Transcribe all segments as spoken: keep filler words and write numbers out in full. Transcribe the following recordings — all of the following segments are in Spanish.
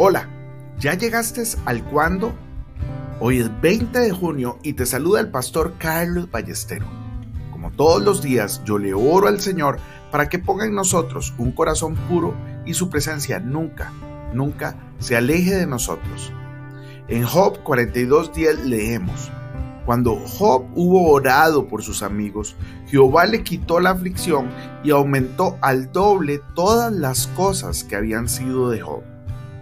Hola, ¿ya llegaste al cuándo? Hoy es veinte de junio y te saluda el pastor Carlos Ballestero. Como todos los días, yo le oro al Señor para que ponga en nosotros un corazón puro y su presencia nunca, nunca se aleje de nosotros. En Job cuarenta y dos diez leemos: Cuando Job hubo orado por sus amigos, Jehová le quitó la aflicción y aumentó al doble todas las cosas que habían sido de Job.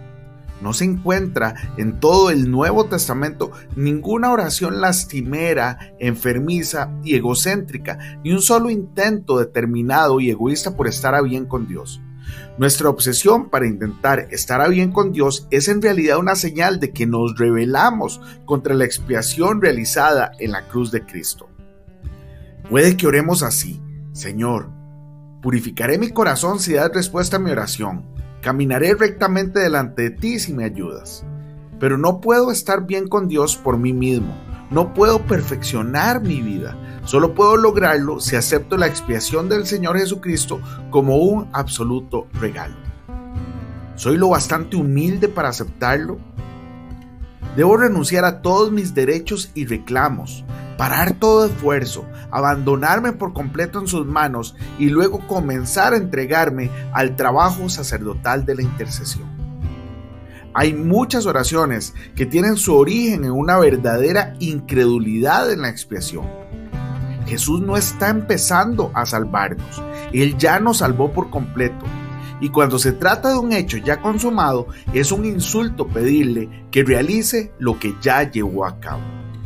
No se encuentra en todo el Nuevo Testamento ninguna oración lastimera, enfermiza y egocéntrica, ni un solo intento determinado y egoísta por estar a bien con Dios. Nuestra obsesión para intentar estar a bien con Dios es en realidad una señal de que nos rebelamos contra la expiación realizada en la cruz de Cristo. Puede que oremos así: Señor, purificaré mi corazón si das respuesta a mi oración. Caminaré rectamente delante de ti si me ayudas. Pero no puedo estar bien con Dios por mí mismo. No puedo perfeccionar mi vida. Solo puedo lograrlo si acepto la expiación del Señor Jesucristo como un absoluto regalo. ¿Soy lo bastante humilde para aceptarlo? Debo renunciar a todos mis derechos y reclamos, parar todo esfuerzo, abandonarme por completo en sus manos y luego comenzar a entregarme al trabajo sacerdotal de la intercesión. Hay muchas oraciones que tienen su origen en una verdadera incredulidad en la expiación. Jesús no está empezando a salvarnos, Él ya nos salvó por completo. Y cuando se trata de un hecho ya consumado, es un insulto pedirle que realice lo que ya llevó a cabo.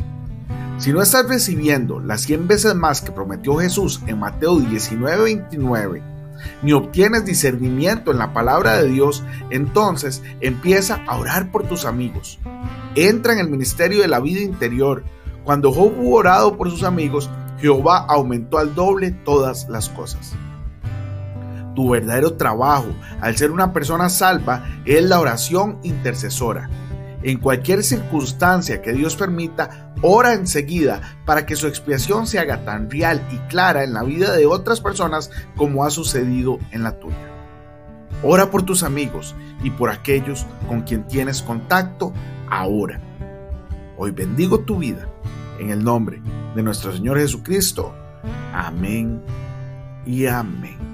Si no estás recibiendo las cien veces más que prometió Jesús en Mateo diecinueve veintinueve, ni obtienes discernimiento en la palabra de Dios, entonces empieza a orar por tus amigos. Entra en el ministerio de la vida interior. Cuando Job hubo orado por sus amigos, Jehová aumentó al doble todas las cosas. Tu verdadero trabajo, al ser una persona salva, es la oración intercesora. En cualquier circunstancia que Dios permita, ora enseguida para que su expiación se haga tan real y clara en la vida de otras personas como ha sucedido en la tuya. Ora por tus amigos y por aquellos con quien tienes contacto ahora. Hoy bendigo tu vida en el nombre de nuestro Señor Jesucristo. Amén y amén.